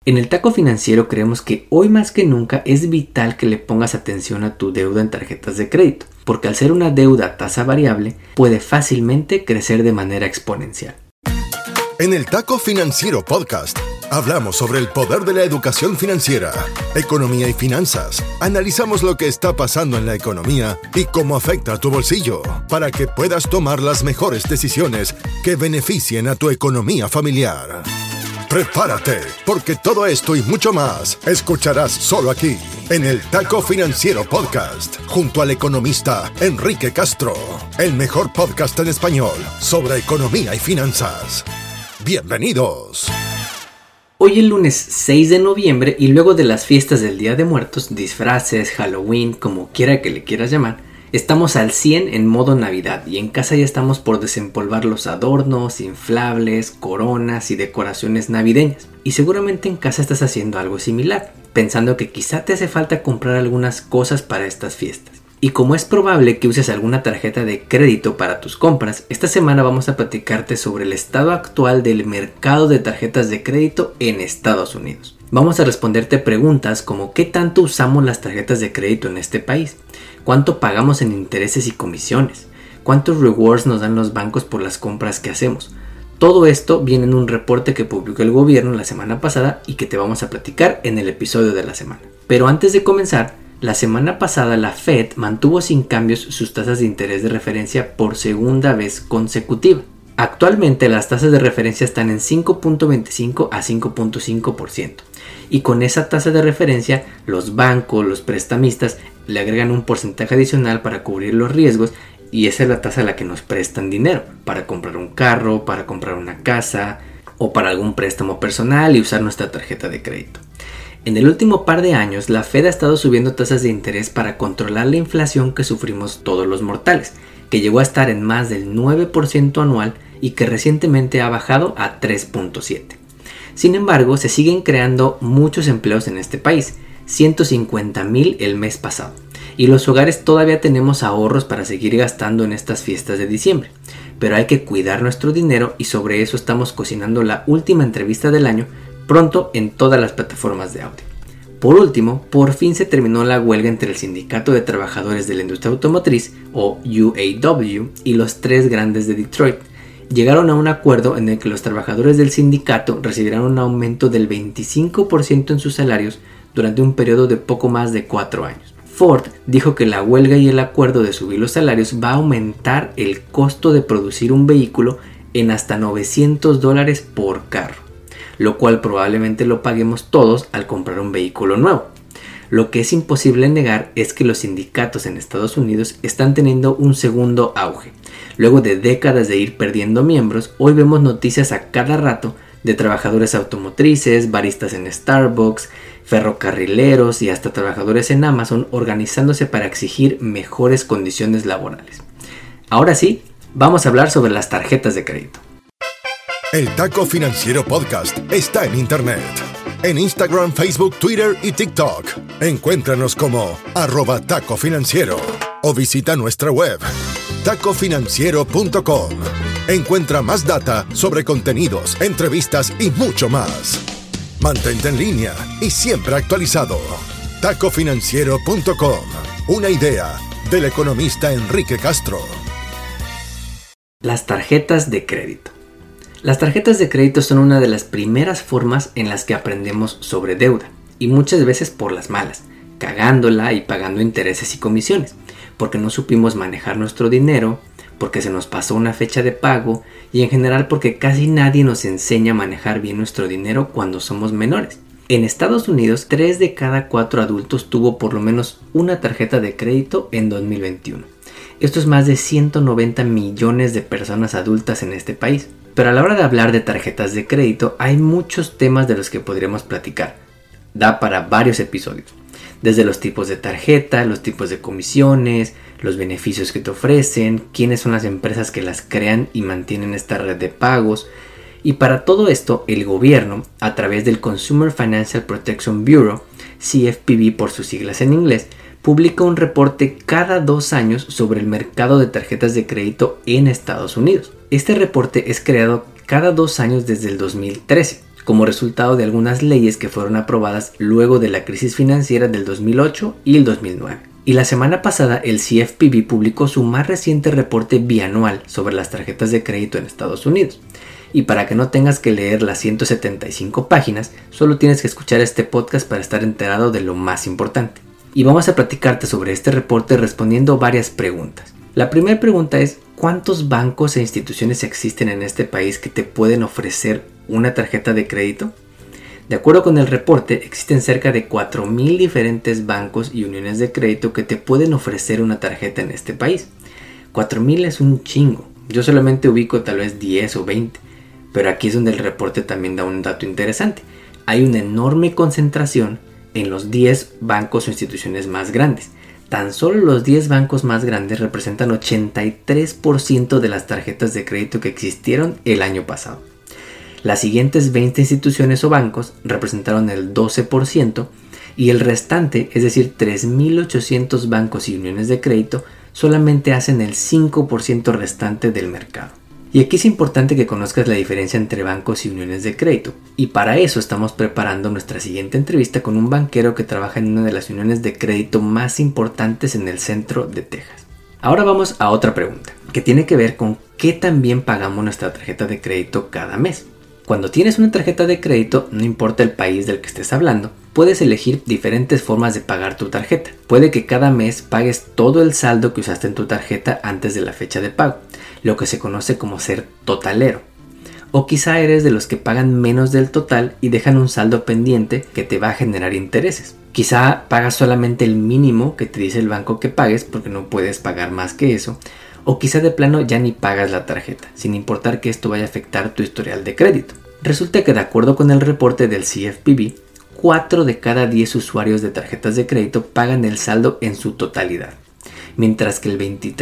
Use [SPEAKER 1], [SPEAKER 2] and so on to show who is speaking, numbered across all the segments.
[SPEAKER 1] En el Taco Financiero creemos que hoy más que nunca es vital que le pongas atención a tu deuda en tarjetas de crédito, porque al ser una deuda a tasa variable, puede fácilmente crecer de manera exponencial.
[SPEAKER 2] En el Taco Financiero Podcast hablamos sobre el poder de la educación financiera, economía y finanzas. Analizamos lo que está pasando en la economía y cómo afecta a tu bolsillo, para que puedas tomar las mejores decisiones que beneficien a tu economía familiar. Prepárate, porque todo esto y mucho más escucharás solo aquí, en el Taco Financiero Podcast, junto al economista Enrique Castro, el mejor podcast en español sobre economía y finanzas. ¡Bienvenidos!
[SPEAKER 1] Hoy es lunes 6 de noviembre y luego de las fiestas del Día de Muertos, disfraces, Halloween, como quiera que le quieras llamar, estamos al 100 en modo Navidad y en casa ya estamos por desempolvar los adornos, inflables, coronas y decoraciones navideñas. Y seguramente en casa estás haciendo algo similar, pensando que quizá te hace falta comprar algunas cosas para estas fiestas. Y como es probable que uses alguna tarjeta de crédito para tus compras, esta semana vamos a platicarte sobre el estado actual del mercado de tarjetas de crédito en Estados Unidos. Vamos a responderte preguntas como ¿qué tanto usamos las tarjetas de crédito en este país? ¿Cuánto pagamos en intereses y comisiones? ¿Cuántos rewards nos dan los bancos por las compras que hacemos? Todo esto viene en un reporte que publicó el gobierno la semana pasada y que te vamos a platicar en el episodio de la semana. Pero antes de comenzar, la semana pasada la Fed mantuvo sin cambios sus tasas de interés de referencia por segunda vez consecutiva. Actualmente las tasas de referencia están en 5.25 a 5.5%. Y con esa tasa de referencia, los bancos, los prestamistas, le agregan un porcentaje adicional para cubrir los riesgos y esa es la tasa a la que nos prestan dinero para comprar un carro, para comprar una casa o para algún préstamo personal y usar nuestra tarjeta de crédito. En el último par de años, la Fed ha estado subiendo tasas de interés para controlar la inflación que sufrimos todos los mortales, que llegó a estar en más del 9% anual y que recientemente ha bajado a 3.7%. Sin embargo, se siguen creando muchos empleos en este país, 150,000 el mes pasado, y los hogares todavía tenemos ahorros para seguir gastando en estas fiestas de diciembre, pero hay que cuidar nuestro dinero y sobre eso estamos cocinando la última entrevista del año pronto en todas las plataformas de audio. Por último, por fin se terminó la huelga entre el Sindicato de Trabajadores de la Industria Automotriz, o UAW, y los tres grandes de Detroit. Llegaron a un acuerdo en el que los trabajadores del sindicato recibirán un aumento del 25% en sus salarios durante un periodo de poco más de 4 años. Ford dijo que la huelga y el acuerdo de subir los salarios va a aumentar el costo de producir un vehículo en hasta $900 por carro, lo cual probablemente lo paguemos todos al comprar un vehículo nuevo. Lo que es imposible negar es que los sindicatos en Estados Unidos están teniendo un segundo auge. Luego de décadas de ir perdiendo miembros, hoy vemos noticias a cada rato de trabajadores automotrices, baristas en Starbucks, ferrocarrileros y hasta trabajadores en Amazon organizándose para exigir mejores condiciones laborales. Ahora sí, vamos a hablar sobre las tarjetas de crédito.
[SPEAKER 2] El Taco Financiero Podcast está en internet. En Instagram, Facebook, Twitter y TikTok. Encuéntranos como @tacofinanciero o visita nuestra web tacofinanciero.com. Encuentra más data sobre contenidos, entrevistas y mucho más. Mantente en línea y siempre actualizado. tacofinanciero.com. Una idea del economista Enrique Castro.
[SPEAKER 1] Las tarjetas de crédito. Las tarjetas de crédito son una de las primeras formas en las que aprendemos sobre deuda, y muchas veces por las malas, cagándola y pagando intereses y comisiones, porque no supimos manejar nuestro dinero, porque se nos pasó una fecha de pago y en general porque casi nadie nos enseña a manejar bien nuestro dinero cuando somos menores. En Estados Unidos, 3 de cada 4 adultos tuvo por lo menos una tarjeta de crédito en 2021. Esto es más de 190 millones de personas adultas en este país. Pero a la hora de hablar de tarjetas de crédito hay muchos temas de los que podríamos platicar. Da para varios episodios. Desde los tipos de tarjeta, los tipos de comisiones, los beneficios que te ofrecen, quiénes son las empresas que las crean y mantienen esta red de pagos. Y para todo esto, el gobierno, a través del Consumer Financial Protection Bureau, CFPB por sus siglas en inglés, publica un reporte cada 2 años sobre el mercado de tarjetas de crédito en Estados Unidos. Este reporte es creado cada 2 años desde el 2013, como resultado de algunas leyes que fueron aprobadas luego de la crisis financiera del 2008 y el 2009. Y la semana pasada el CFPB publicó su más reciente reporte bianual sobre las tarjetas de crédito en Estados Unidos. Y para que no tengas que leer las 175 páginas, solo tienes que escuchar este podcast para estar enterado de lo más importante. Y vamos a platicarte sobre este reporte respondiendo varias preguntas. La primera pregunta es, ¿cuántos bancos e instituciones existen en este país que te pueden ofrecer una tarjeta de crédito? De acuerdo con el reporte, existen cerca de 4,000 diferentes bancos y uniones de crédito que te pueden ofrecer una tarjeta en este país. 4,000 es un chingo. Yo solamente ubico tal vez 10 o 20. Pero aquí es donde el reporte también da un dato interesante. Hay una enorme concentración en los 10 bancos o instituciones más grandes. Tan solo los 10 bancos más grandes representan 83% de las tarjetas de crédito que existieron el año pasado. Las siguientes 20 instituciones o bancos representaron el 12% y el restante, es decir, 3,800 bancos y uniones de crédito, solamente hacen el 5% restante del mercado. Y aquí es importante que conozcas la diferencia entre bancos y uniones de crédito. Y para eso estamos preparando nuestra siguiente entrevista con un banquero que trabaja en una de las uniones de crédito más importantes en el centro de Texas. Ahora vamos a otra pregunta, que tiene que ver con qué también pagamos nuestra tarjeta de crédito cada mes. Cuando tienes una tarjeta de crédito, no importa el país del que estés hablando, puedes elegir diferentes formas de pagar tu tarjeta. Puede que cada mes pagues todo el saldo que usaste en tu tarjeta antes de la fecha de pago, lo que se conoce como ser totalero. O quizá eres de los que pagan menos del total y dejan un saldo pendiente que te va a generar intereses. Quizá pagas solamente el mínimo que te dice el banco que pagues porque no puedes pagar más que eso. O quizá de plano ya ni pagas la tarjeta, sin importar que esto vaya a afectar tu historial de crédito. Resulta que de acuerdo con el reporte del CFPB, 4 de cada 10 usuarios de tarjetas de crédito pagan el saldo en su totalidad, mientras que el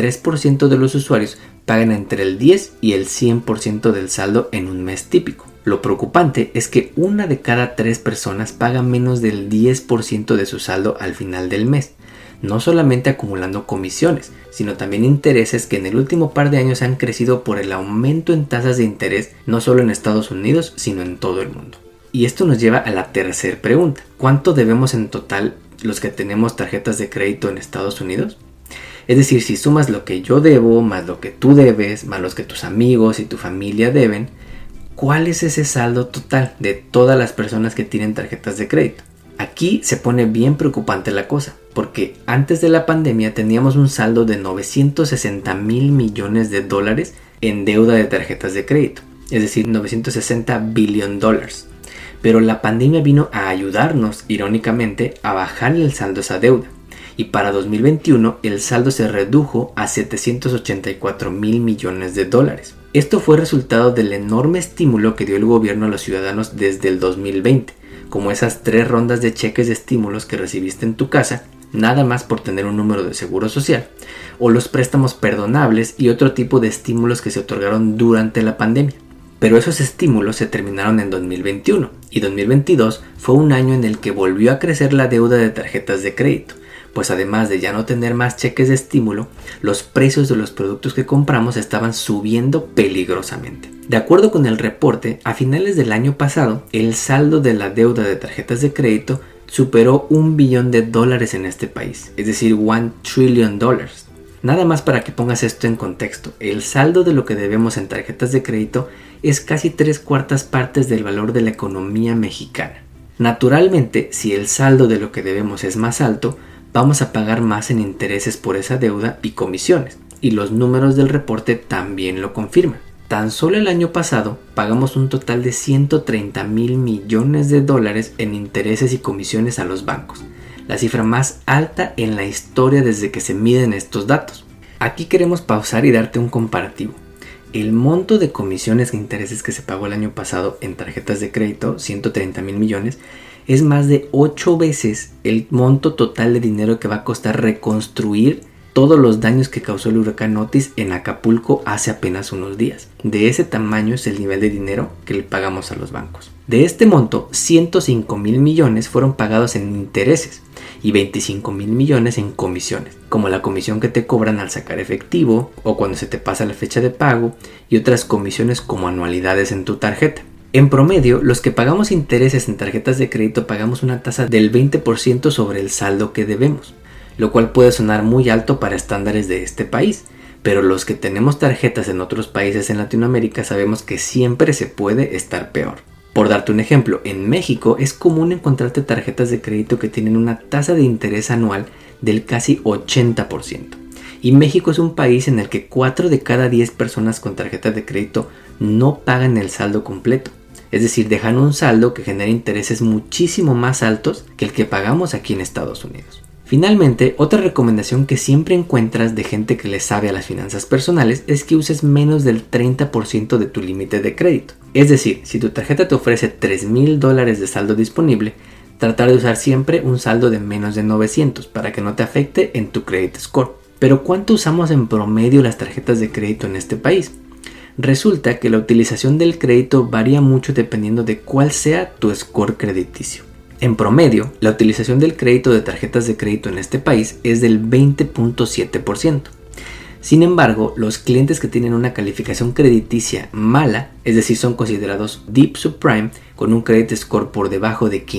[SPEAKER 1] 23% de los usuarios pagan entre el 10 y el 100% del saldo en un mes típico. Lo preocupante es que 1 de cada 3 personas paga menos del 10% de su saldo al final del mes, no solamente acumulando comisiones, sino también intereses que en el último par de años han crecido por el aumento en tasas de interés no solo en Estados Unidos, sino en todo el mundo. Y esto nos lleva a la tercera pregunta. ¿Cuánto debemos en total los que tenemos tarjetas de crédito en Estados Unidos? Es decir, si sumas lo que yo debo, más lo que tú debes, más los que tus amigos y tu familia deben, ¿cuál es ese saldo total de todas las personas que tienen tarjetas de crédito? Aquí se pone bien preocupante la cosa, porque antes de la pandemia teníamos un saldo de 960,000 millones de dólares en deuda de tarjetas de crédito, es decir, 960 billion dólares. Pero la pandemia vino a ayudarnos, irónicamente, a bajar el saldo a esa deuda. Y para 2021 el saldo se redujo a 784,000 millones de dólares. Esto fue resultado del enorme estímulo que dio el gobierno a los ciudadanos desde el 2020, como esas 3 rondas de cheques de estímulos que recibiste en tu casa, nada más por tener un número de seguro social, o los préstamos perdonables y otro tipo de estímulos que se otorgaron durante la pandemia. Pero esos estímulos se terminaron en 2021 y 2022 fue un año en el que volvió a crecer la deuda de tarjetas de crédito, pues además de ya no tener más cheques de estímulo, los precios de los productos que compramos estaban subiendo peligrosamente. De acuerdo con el reporte, a finales del año pasado, el saldo de la deuda de tarjetas de crédito superó $1 billón en este país, es decir, $1 trillion. Nada más para que pongas esto en contexto, el saldo de lo que debemos en tarjetas de crédito es casi 3/4 partes del valor de la economía mexicana. Naturalmente, si el saldo de lo que debemos es más alto, vamos a pagar más en intereses por esa deuda y comisiones, y los números del reporte también lo confirman. Tan solo el año pasado pagamos un total de 130,000 millones de dólares en intereses y comisiones a los bancos, la cifra más alta en la historia desde que se miden estos datos. Aquí queremos pausar y darte un comparativo. El monto de comisiones e intereses que se pagó el año pasado en tarjetas de crédito, 130,000 millones, es más de 8 veces el monto total de dinero que va a costar reconstruir todos los daños que causó el huracán Otis en Acapulco hace apenas unos días. De ese tamaño es el nivel de dinero que le pagamos a los bancos. De este monto, 105,000 millones fueron pagados en intereses y 25,000 millones en comisiones, como la comisión que te cobran al sacar efectivo o cuando se te pasa la fecha de pago y otras comisiones como anualidades en tu tarjeta. En promedio, los que pagamos intereses en tarjetas de crédito pagamos una tasa del 20% sobre el saldo que debemos, lo cual puede sonar muy alto para estándares de este país, pero los que tenemos tarjetas en otros países en Latinoamérica sabemos que siempre se puede estar peor. Por darte un ejemplo, en México es común encontrarte tarjetas de crédito que tienen una tasa de interés anual del casi 80%. Y México es un país en el que 4 de cada 10 personas con tarjetas de crédito no pagan el saldo completo. Es decir, dejan un saldo que genera intereses muchísimo más altos que el que pagamos aquí en Estados Unidos. Finalmente, otra recomendación que siempre encuentras de gente que le sabe a las finanzas personales es que uses menos del 30% de tu límite de crédito. Es decir, si tu tarjeta te ofrece $3,000 de saldo disponible, tratar de usar siempre un saldo de menos de 900 para que no te afecte en tu credit score. Pero ¿cuánto usamos en promedio las tarjetas de crédito en este país? Resulta que la utilización del crédito varía mucho dependiendo de cuál sea tu score crediticio. En promedio, la utilización del crédito de tarjetas de crédito en este país es del 20.7%. Sin embargo, los clientes que tienen una calificación crediticia mala, es decir, son considerados Deep Subprime, con un credit score por debajo de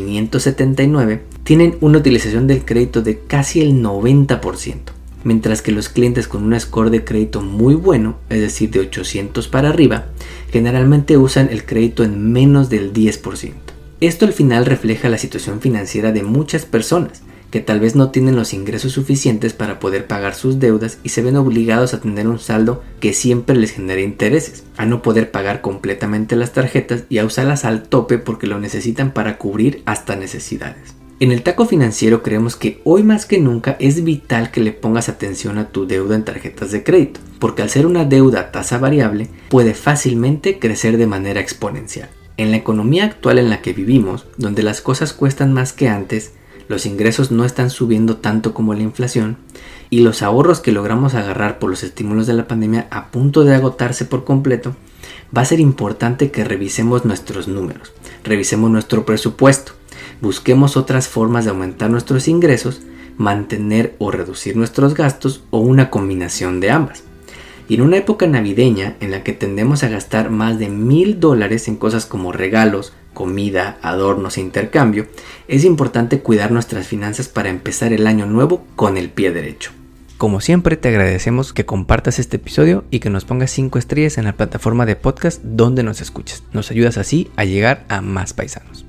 [SPEAKER 1] 579, tienen una utilización del crédito de casi el 90%. Mientras que los clientes con un score de crédito muy bueno, es decir, de 800 para arriba, generalmente usan el crédito en menos del 10%. Esto al final refleja la situación financiera de muchas personas, que tal vez no tienen los ingresos suficientes para poder pagar sus deudas y se ven obligados a tener un saldo que siempre les genera intereses, a no poder pagar completamente las tarjetas y a usarlas al tope porque lo necesitan para cubrir hasta necesidades. En el Taco Financiero creemos que hoy más que nunca es vital que le pongas atención a tu deuda en tarjetas de crédito, porque al ser una deuda a tasa variable puede fácilmente crecer de manera exponencial. En la economía actual en la que vivimos, donde las cosas cuestan más que antes, los ingresos no están subiendo tanto como la inflación y los ahorros que logramos agarrar por los estímulos de la pandemia a punto de agotarse por completo, va a ser importante que revisemos nuestros números, revisemos nuestro presupuesto. Busquemos otras formas de aumentar nuestros ingresos, mantener o reducir nuestros gastos o una combinación de ambas. Y en una época navideña en la que tendemos a gastar más de $1,000 en cosas como regalos, comida, adornos e intercambio, es importante cuidar nuestras finanzas para empezar el año nuevo con el pie derecho. Como siempre, te agradecemos que compartas este episodio y que nos pongas 5 estrellas en la plataforma de podcast donde nos escuches. Nos ayudas así a llegar a más paisanos.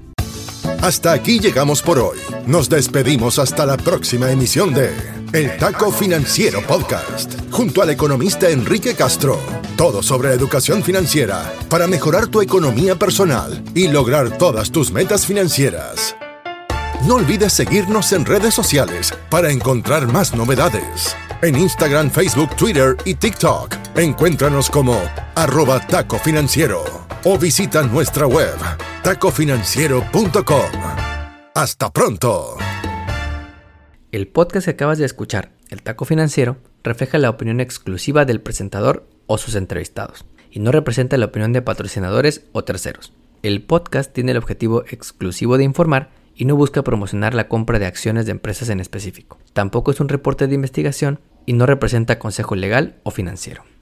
[SPEAKER 2] Hasta aquí llegamos por hoy. Nos despedimos hasta la próxima emisión de El Taco Financiero Podcast, junto al economista Enrique Castro. Todo sobre educación financiera para mejorar tu economía personal y lograr todas tus metas financieras. No olvides seguirnos en redes sociales para encontrar más novedades. En Instagram, Facebook, Twitter y TikTok. Encuéntranos como @tacofinanciero o visita nuestra web tacofinanciero.com. ¡Hasta pronto!
[SPEAKER 1] El podcast que acabas de escuchar, El Taco Financiero, refleja la opinión exclusiva del presentador o sus entrevistados y no representa la opinión de patrocinadores o terceros. El podcast tiene el objetivo exclusivo de informar y no busca promocionar la compra de acciones de empresas en específico. Tampoco es un reporte de investigación y no representa consejo legal o financiero.